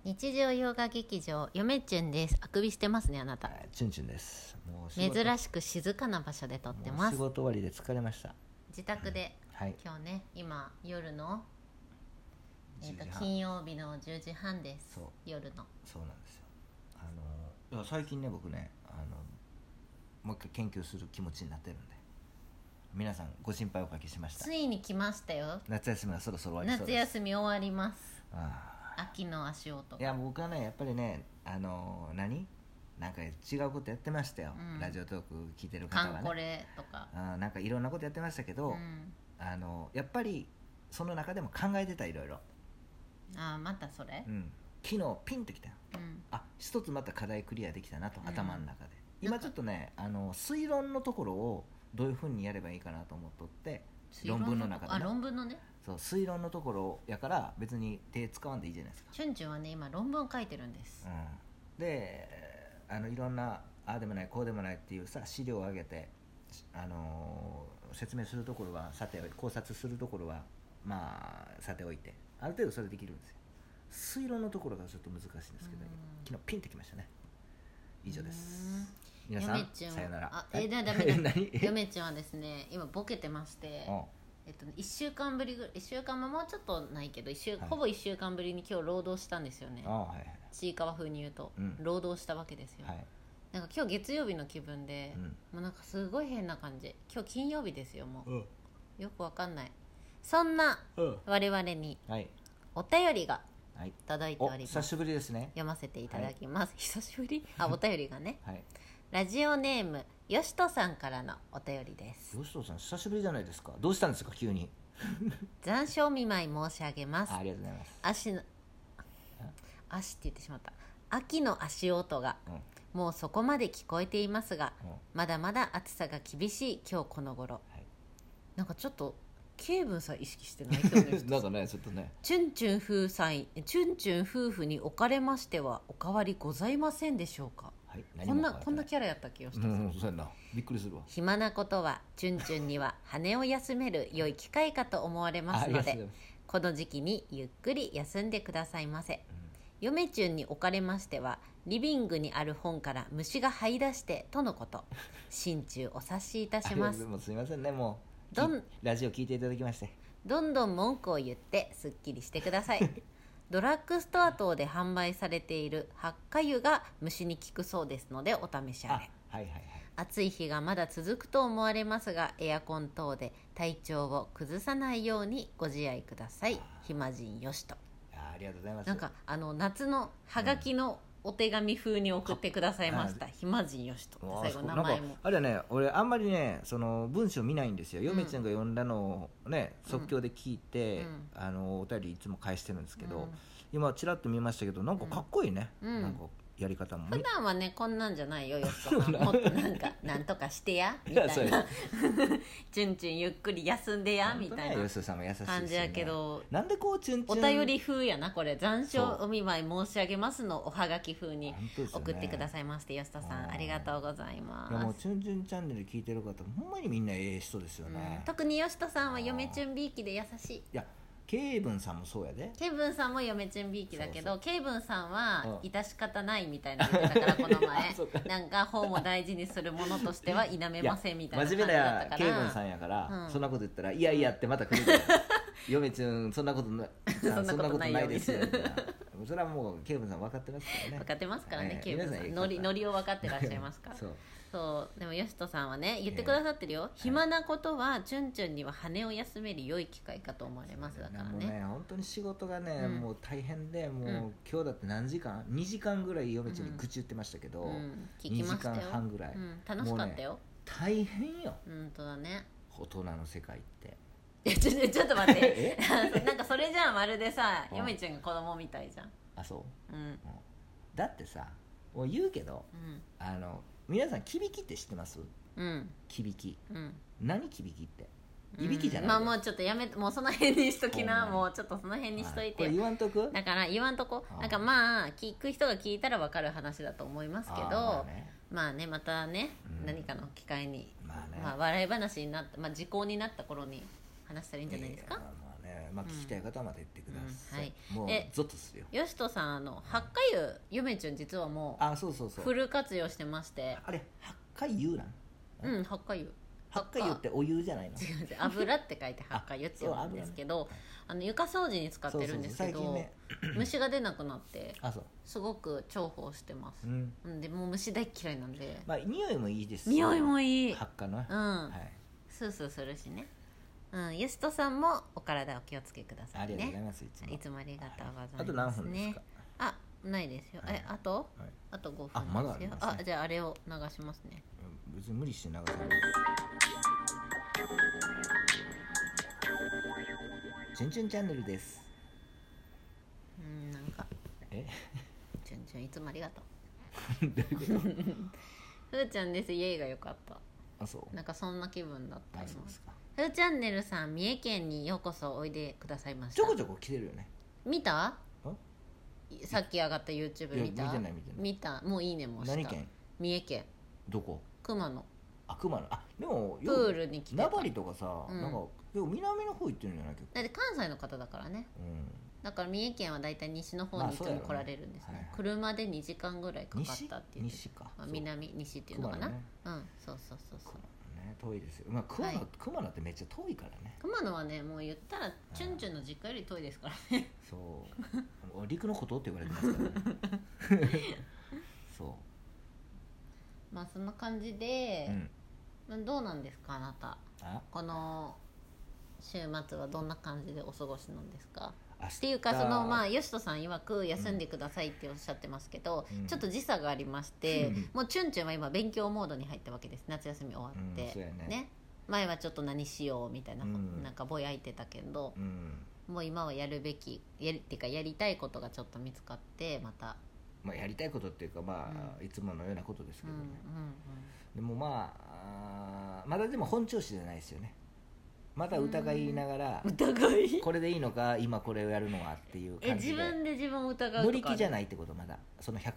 日常洋画劇場よめちゅんです。あくびしてますねあなた。 チュンチュンです。もう珍しく静かな場所で撮ってます。 仕事終わりで疲れました。 自宅で、 はい、 今日ね今夜の、 10時半金曜日の10時半です。夜のそうなんですよ。最近ね僕ねもう一回研究する気持ちになってるんで、皆さんご心配おかけしました。 ついに来ましたよ。 夏休みはそろそろ終わりそう夏です。 休み終わります。 あ秋の足音。 いや僕はねやっぱりねなんか違うことやってましたよ、ラジオトーク聞いてる方はね。 カンコレとかなんかいろんなことやってましたけど、やっぱりその中でも考えてたいろいろ。 またそれ、 昨日ピンときたよ、一つまた課題クリアできたなと、頭の中で。今ちょっとね推論のところをどういうふうにやればいいかなと思っとって、論文の中で、 論文のね、 そう推論のところやから別に手使わんでいいじゃないですか。 チュンチュンはね今論文書いてるんです、 でいろんなああでもないこうでもないっていうさ資料を上げて、説明するところはさておいて、考察するところはまあさておいて、ある程度それできるんですよ。推論のところがちょっと難しいんですけど、昨日ピンってきましたね。以上です。皆さんさよなら。 ダメヨメちゃんはですね今ボケてまして、1週間ぶり1週間ももうちょっとないけどほぼ1週間ぶりに今日労働したんですよね。ちいかわ風に言うと、労働したわけですよ。なんか今日月曜日の気分で、もうなんかすごい変な感じ。今日金曜日ですよ。もう、よくわかんない。そんな我々にお便りが届いております。 久しぶりですね。 読ませていただきます。久しぶりお便りがね、ラジオネームよしとさんからのお便りです。 よしとさん久しぶりじゃないですか。どうしたんですか急に。 残暑見舞い申し上げます。 ありがとうございます。 足って言ってしまった。秋の足音が、もうそこまで聞こえていますが、まだまだ暑さが厳しい今日この頃、なんかちょっとケイブンさん意識してない？ なんかねちょっとね、 チュンチュン夫婦におかれましてはお変わりございませんでしょうか。こんなキャラやったっけ、吉田さん。 そうやな、びっくりするわ。 暇なことはチュンチュンには羽を休める良い機会かと思われますので、この時期にゆっくり休んでくださいませ。嫁チュンにおかれましてはリビングにある本から虫が這い出してとのこと。心中お察しいたします。 もうすみませんね、もうラジオ聞いていただきましてどんどん文句を言ってすっきりしてください。ドラッグストア等で販売されている発火油が虫に効くそうですのでお試しあれ。暑い日がまだ続くと思われますが、エアコン等で体調を崩さないようにご自愛ください。暇人よしと。 ありがとうございます。 なんか夏のハガキのお手紙風に送ってくださいました。暇人よしとって最後名前も。 あれはね、俺あんまりねその文章見ないんですよ。嫁ちゃんが読んだのをね即興で聞いて、お便りいつも返してるんですけど、今ちらっと見ましたけどなんかかっこいいね、なんかやり方も。 普段はねこんなんじゃないよよしとさん。もっとなんかなんとかしてやみたいなチュンチュンゆっくり休んでやみたいな感じやけど、 なんでこうチュンチュンお便り風やなこれ。残暑お見舞い申し上げますのおはがき風に送ってくださいまして、よしとさんありがとうございます。 いやもうチュンチュンチャンネル聞いてる方ほんまにみんなええ人ですよね、 特によしとさんは嫁チュンビーキで優しい。 いやケイブンさんもそうやで。 ケイブンさんも嫁チュンビーキだけど、ケイブンさんは致し方ないみたいな言ってたからこの前なんか本を大事にするものとしては否めませんみたいな感じだったから。 真面目なケイブンさんやから、そんなこと言ったらいやいやってまた来るから嫁チュンそんなことないですよみたいな。それはもうケイブンさん分かってますからね。 分かってますからね、ケイブンさんノリを分かってらっしゃいますからそうでもよしとさんはね言ってくださってるよ、暇なことはチュンチュンには羽を休める良い機会かと思われますだからね。 もうね本当に仕事がね、もう大変で、もう、今日だって何時間2時間ぐらい嫁ちゃんに愚痴言ってましたけど、2時間半ぐらい、 楽しかったよ。 大変よ。 本当だね、 大人の世界って。 ちょっと待ってなんかそれじゃあまるでさ嫁ちゃんが子供みたいじゃん。 そう、だってさもう言うけど、皆さんキビキって知ってます？キビキ、何キビキって。いびきじゃない。 まあもうちょっとやめて、もうその辺にしときな。もうちょっとその辺にしといて。 これ言わんとく。 だから言わんとこ。なんかまあ聞く人が聞いたら分かる話だと思いますけど、まあねまたね、何かの機会に、まあ笑い話になった、まあ時効になった頃に話したらいいんじゃないですか。 まあ聞きたい方はまた言ってください、 うんはい、 もうゾッとするよ。 よしとさん八花湯ゆめちゅん実はもうそうそうフル活用してまして、 あれ八花湯なん？ うん、八花湯。 八花湯ってお湯じゃないの？ 違う違う、油って書いて八花湯って言うんですけど、床掃除に使ってるんですけど、ね、虫が出なくなってすごく重宝してます、うん、でもう虫大嫌いなんで、 まあ匂いもいいですし、 匂いもいい、 八花の、 はい、スースーするしね、ゆしとさんもお体お気をつけくださいね。 ありがとうございます。 いつもありがとうございます、ね、 あと何分ですか？ ないですよ、あと5分ですよ。 まだありますね。 じゃああれを流しますね。 別に無理して流さない。チュンチュンチャンネルです。 なんかチュンチュンいつもありがとう。 どういうこと？ ふーちゃんです、イエイが良かった。 そうなんかそんな気分だった。 そうですか。 ふーチャンネルさん、三重県にようこそおいでくださいました。 ちょこちょこ来てるよね。 見た？さっき上がった YouTube 見た？ 見てない見た。もういいねもした。 何県？ 三重県。 どこ？ 熊野。 熊野。でもプールに来てた。 名張とかさ、なんか南の方行ってるんじゃないけど。 だって関西の方だからね。だから三重県はだいたい西の方にいつも来られるんですね。車で2時間ぐらいかかったって言って。 西か。 西っていうのかな。そうそう。 遠いですよ。熊野ってめっちゃ遠いからね。 熊野はね、もう言ったらチュンチュンの実家より遠いですからね。 そう陸のことって言われてますからね。そうまあそんな感じで、どうなんですかあなた。この週末はどんな感じでお過ごしなんですか？っていうかよしとさん曰く休んでくださいっておっしゃってますけど、ちょっと時差がありまして、もうチュンチュンは今勉強モードに入ったわけです。夏休み終わって、ね、前はちょっと何しようみたいな、なんかぼやいてたけど、もう今はやるべきっていうかやりたいことがちょっと見つかってまた、 やりたいことっていうかいつものようなことですけどね。でもまだでも本調子じゃないですよね。まだ疑いながらこれでいいのか今これをやるのはっていう感じで、 自分で自分を疑うとか乗り気じゃないってこと。まだその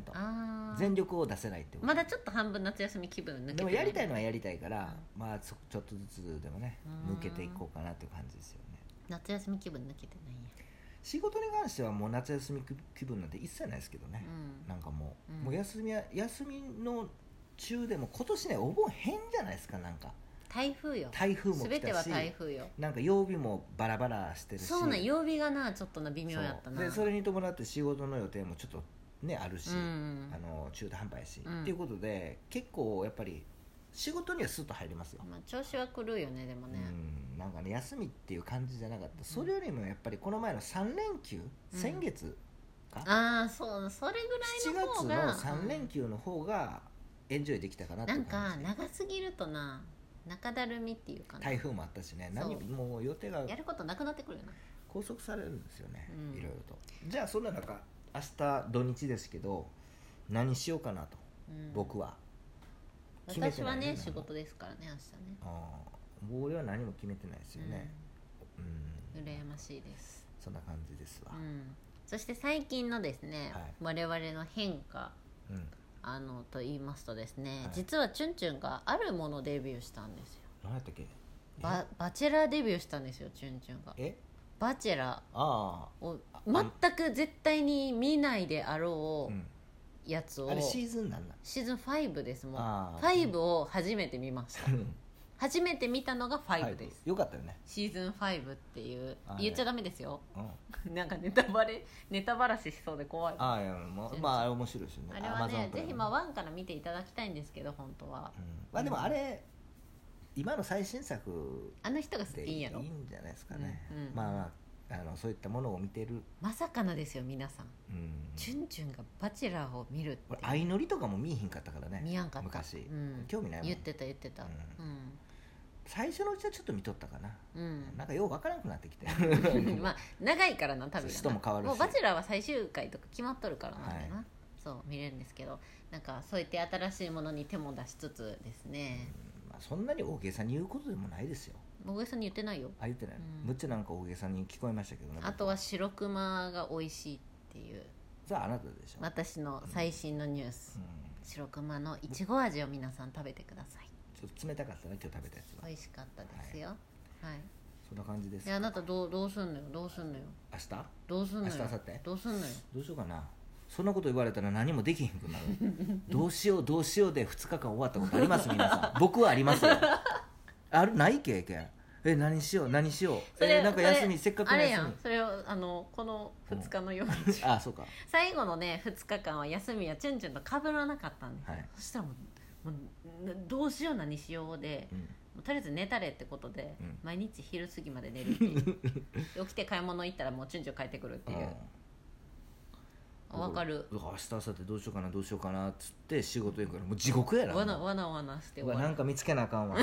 100% 全力を出せないってこと。 まだちょっと半分夏休み気分抜けてない。 でもやりたいのはやりたいから、ちょっとずつでもね抜けていこうかなっていう感じですよね。 夏休み気分抜けてないんや。 仕事に関してはもう夏休み気分なんて一切ないですけどね、なんかもう休みの中でも今年ねお盆変じゃないですか。なんか台風も来たし、 全ては台風よ。 なんか曜日もバラバラしてるし、 そうな曜日がなちょっと微妙やったな。 でそれに伴って仕事の予定もちょっとねあるし、中途半端やし、っていうことで結構やっぱり仕事にはスッと入りますよ。 調子は狂うよね。でもね、 なんかね休みっていう感じじゃなかった。それよりもやっぱりこの前の3連休、先月か、 そうそれぐらいの方が 7月の3連休の方がエンジョイできたかなって感じ。 なんか長すぎると中だるみっていうか、 台風もあったしね、もう予定がやることなくなってくるよな。 拘束されるんですよね、いろいろと。じゃあそんな中明日土日ですけど何しようかなと、僕は私はね仕事ですからね明日ね。 俺は何も決めてないですよね。 羨ましいです。 そんな感じですわ。 そして最近のですね、我々の変化、と言いますとですね、実はチュンチュンがあるものデビューしたんですよ。 何やったっけ？ バチェラーデビューしたんですよ、チュンチュンが。バチェラーを全く絶対に見ないであろうやつを、 あれシーズンなんだ。 シーズン5です。もう5を初めて見ました。初めて見たのが5です。 よかったよね。 シーズン5っていう言っちゃダメですよ。なんかネタバラシしそうで怖い。 あれ面白いですよね。 あれはねぜひ1から見ていただきたいんですけど、本当は。 でもあれ今の最新作あの人がいいんやろ。 いいんじゃないですかね。そういったものを見てる。 まさかのですよ皆さん。チュンチュンがバチェラーを見るって。 相乗りとかも見えへんかったからね。 見やんかった昔。興味ないもん。 言ってた。 最初のうちはちょっと見とったかな。なんかよう分からなくなってきて。 長いからな多分。 人も変わるし。 もうバチェラーは最終回とか決まっとるからなんだな。そう見れるんですけど、なんかそういって新しいものに手も出しつつですね。 そんなに大げさに言うことでもないですよ。 大げさに言ってないよ。 言ってない。むっちゃなんか大げさに聞こえましたけどね。 あとは白熊が美味しいっていう。 さああなたでしょ。 私の最新のニュース。白熊のいちご味を皆さん食べてください。 ちょっと冷たかったね今日食べたやつは。 美味しかったですよ。はい。 そんな感じです。 あなたどうすんのよ。 明日どうすんのよ。 明日明後日どうすんのよ。 どうしようかな。そんなこと言われたら何もできへんくなるどうしようで2日間終わったことあります皆さん。僕はありますよ。ない経験。何しようなんか休みせっかくの休みあれやん。それをこの2日のように、 あそうか。 最後のね2日間は休みはチュンチュンと被らなかったんですよ、そしたらもうどうしよう何しようで、もうとりあえず寝たれってことで、毎日昼過ぎまで寝るっていうで起きて買い物行ったらもうチュンチュン帰ってくるっていう。分かる。 明日明後日どうしようかなっつって仕事行くからもう地獄やな。 わなしてなんか見つけなあかんわ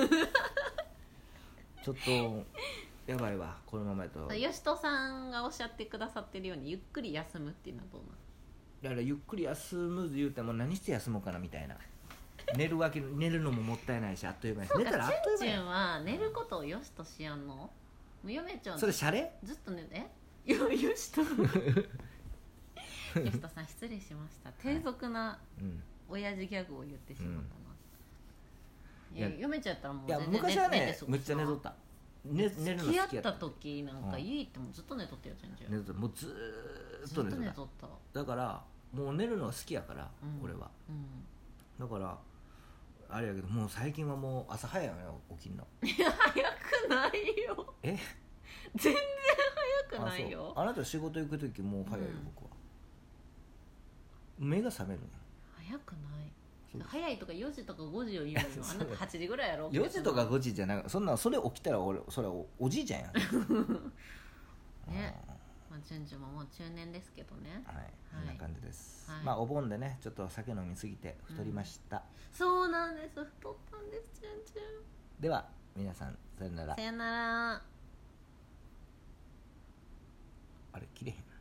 ちょっとやばいわこのままやと。 吉戸さんがおっしゃってくださってるようにゆっくり休むっていうのはどうなの？ だからゆっくり休む言うても何して休もうかなみたいな寝るのももったいないしあっという間にそうか。 寝たらあっという間チュンチュンは寝ることをよしとしやんの？もう嫁ちゃんそれシャレずっとよしと吉田さん失礼しました。低俗な親父ギャグを言ってしまったな。嫁ちゃんやったらもう全然昔はねめっちゃ寝とった。寝るの好きやった。 付き合った時なんか家行ってもずっと寝とったよ。 寝とった。もうずーっと寝とった。だからもう寝るのが好きやから俺は。だからあれやけどもう最近はもう朝早いのよ起きんの。 いや早くないよ。全然早くないよ。 あなた仕事行く時もう早いよ僕は。目が覚めるの。 早くない。早いとか4時とか5時を言うよ。あなた8時ぐらいやろ。 4時とか5時じゃなくそれ起きたらそれおじいちゃんやんね。チュンチュンももう中年ですけどね。 こんな感じです。お盆でねちょっと酒飲みすぎて太りました。 そうなんです。太ったんですチュンチュン。 では皆さんさよなら。 さよなら。 あれ切れへん。